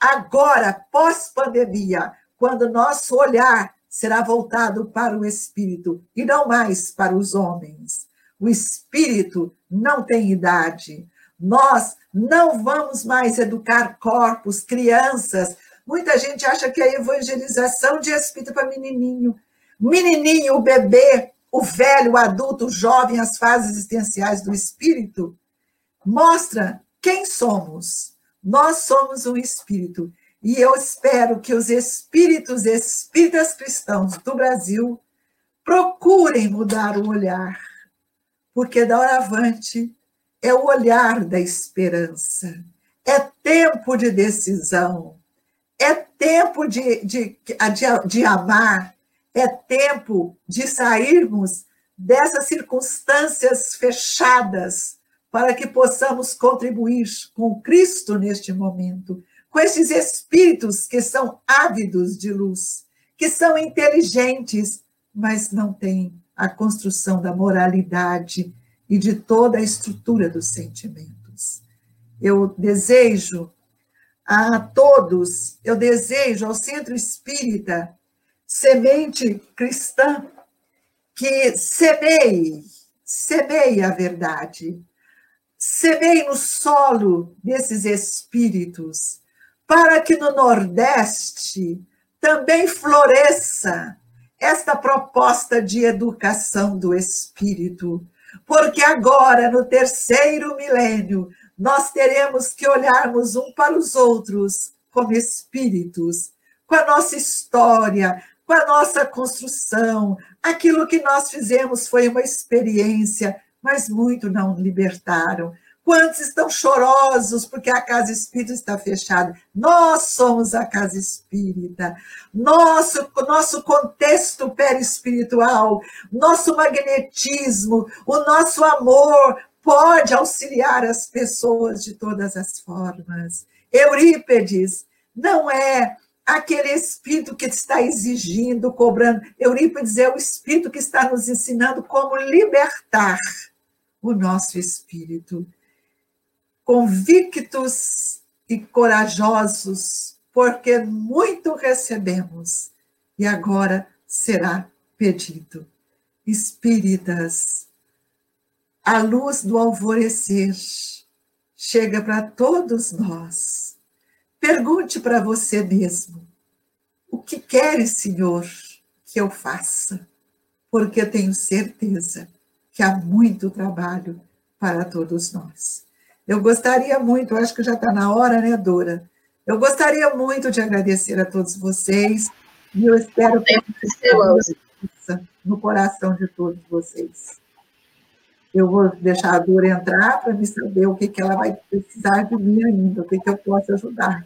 S2: agora, pós-pandemia, quando nosso olhar será voltado para o espírito e não mais para os homens. O espírito não tem idade. Nós não vamos mais educar corpos, crianças. Muita gente acha que a evangelização de espírito para menininho. Menininho, o bebê, o velho, o adulto, o jovem, as fases existenciais do espírito, mostra quem somos. Nós somos um espírito. E eu espero que os espíritos espíritas cristãos do Brasil procurem mudar o olhar, porque da hora avante é o olhar da esperança, é tempo de decisão, é tempo de, de, de, de amar, É tempo de sairmos dessas circunstâncias fechadas para que possamos contribuir com Cristo neste momento, com esses espíritos que são ávidos de luz, que são inteligentes, mas não têm a construção da moralidade e de toda a estrutura dos sentimentos. Eu desejo a todos, eu desejo ao Centro Espírita, semente cristã, que semeie, semeie a verdade, semeie no solo desses espíritos, para que no Nordeste também floresça esta proposta de educação do espírito, porque agora, no terceiro milênio, nós teremos que olharmos um para os outros como espíritos, com a nossa história, com a nossa construção. Aquilo que nós fizemos foi uma experiência, mas muito não libertaram. Quantos estão chorosos porque a casa espírita está fechada? Nós somos a casa espírita. Nosso, nosso contexto perispiritual, nosso magnetismo, o nosso amor pode auxiliar as pessoas de todas as formas. Eurípedes não é aquele espírito que está exigindo, cobrando. Eurípides é o espírito que está nos ensinando como libertar o nosso espírito. Convictos e corajosos, porque muito recebemos e agora será pedido. Espíritas, a luz do alvorecer chega para todos nós. Pergunte para você mesmo, o que queres, Senhor, que eu faça? Porque eu tenho certeza que há muito trabalho para todos nós. Eu gostaria muito, acho que já está na hora, né, Dora? Eu gostaria muito de agradecer a todos vocês e eu espero que no coração de todos vocês. Eu vou deixar a Dora entrar para me saber o que, que ela vai precisar de mim ainda, o que, que eu posso ajudar.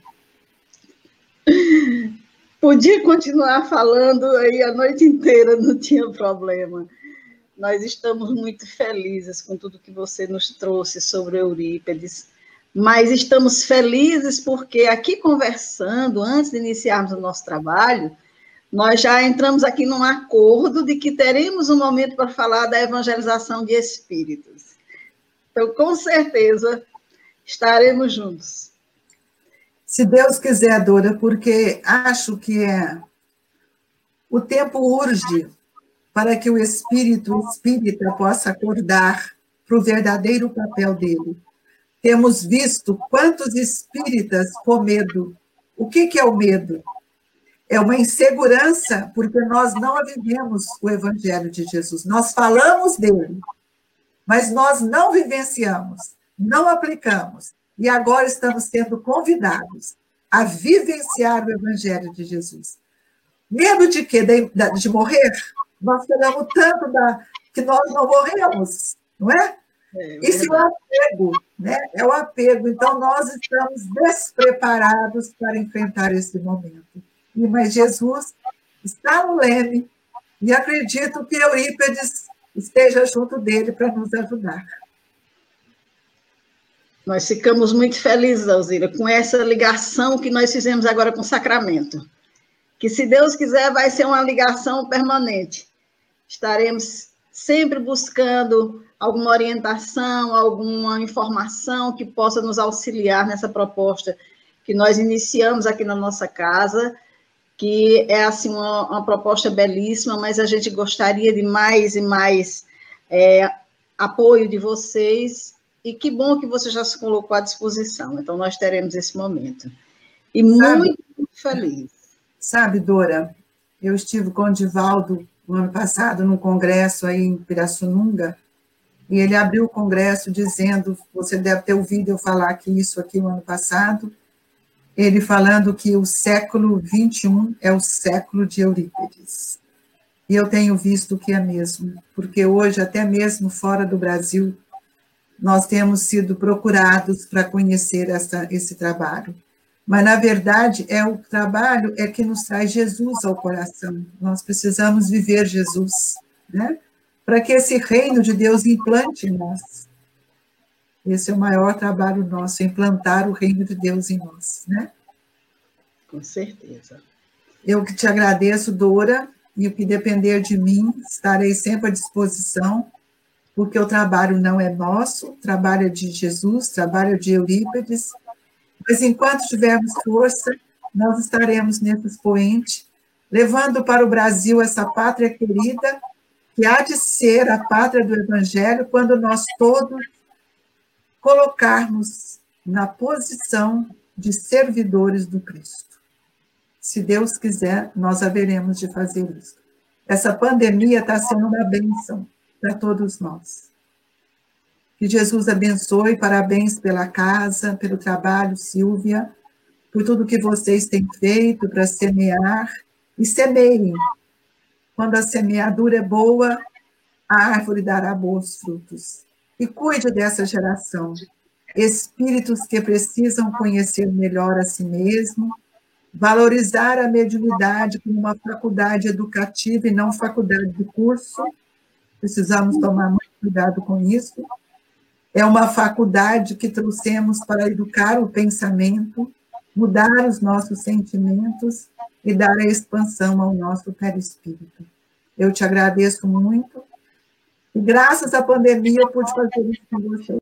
S1: Podia continuar falando aí a noite inteira, não tinha problema. Nós estamos muito felizes com tudo que você nos trouxe sobre Eurípides, mas estamos felizes porque aqui conversando, antes de iniciarmos o nosso trabalho, nós já entramos aqui num acordo de que teremos um momento para falar da evangelização de espíritos. Então, com certeza, estaremos juntos.
S2: Se Deus quiser, Dora, porque acho que é o tempo urge para que o espírito espírita possa acordar para o verdadeiro papel dele. Temos visto quantos espíritas com medo. O que, que é o medo? É uma insegurança, porque nós não vivemos o Evangelho de Jesus. Nós falamos dele, mas nós não vivenciamos, não aplicamos. E agora estamos sendo convidados a vivenciar o Evangelho de Jesus. Medo de quê? De, de morrer? Nós falamos tanto da, que nós não morremos, não é? é Isso é o apego, né? É o apego. Então, nós estamos despreparados para enfrentar esse momento. E, mas Jesus está no leme e acredito que Eurípides esteja junto dele para nos ajudar.
S1: Nós ficamos muito felizes, Alzira, com essa ligação que nós fizemos agora com o Sacramento. Que, se Deus quiser, vai ser uma ligação permanente. Estaremos sempre buscando alguma orientação, alguma informação que possa nos auxiliar nessa proposta que nós iniciamos aqui na nossa casa, que é assim uma, uma proposta belíssima, mas a gente gostaria de mais e mais é, apoio de vocês, e que bom que você já se colocou à disposição. Então, nós teremos esse momento. E muito, sabe, muito feliz.
S2: Sabe, Dora, eu estive com o Divaldo no ano passado, num congresso aí em Pirassununga, e ele abriu o congresso dizendo, você deve ter ouvido eu falar aqui isso aqui no ano passado, ele falando que o século vinte e um é o século de Eurípides. E eu tenho visto que é mesmo, porque hoje, até mesmo fora do Brasil, nós temos sido procurados para conhecer essa, esse trabalho. Mas, na verdade, é o trabalho é que nos traz Jesus ao coração. Nós precisamos viver Jesus, né? Para que esse reino de Deus implante em nós. Esse é o maior trabalho nosso, implantar o reino de Deus em nós, né?
S1: Com certeza.
S2: Eu que te agradeço, Dora, e o que depender de mim, estarei sempre à disposição, porque o trabalho não é nosso, o trabalho é de Jesus, o trabalho é de Eurípides, mas enquanto tivermos força, nós estaremos nesse expoente, levando para o Brasil essa pátria querida, que há de ser a pátria do Evangelho, quando nós todos colocarmos na posição de servidores do Cristo. Se Deus quiser, nós haveremos de fazer isso. Essa pandemia está sendo uma bênção para todos nós. Que Jesus abençoe, parabéns pela casa, pelo trabalho, Silvia, por tudo que vocês têm feito para semear, e semeiem. Quando a semeadura é boa, a árvore dará bons frutos. E cuide dessa geração, espíritos que precisam conhecer melhor a si mesmo, valorizar a mediunidade como uma faculdade educativa e não faculdade de curso, precisamos tomar muito cuidado com isso. É uma faculdade que trouxemos para educar o pensamento, mudar os nossos sentimentos e dar a expansão ao nosso perispírito. Eu te agradeço muito, e graças à pandemia eu pude fazer isso com você.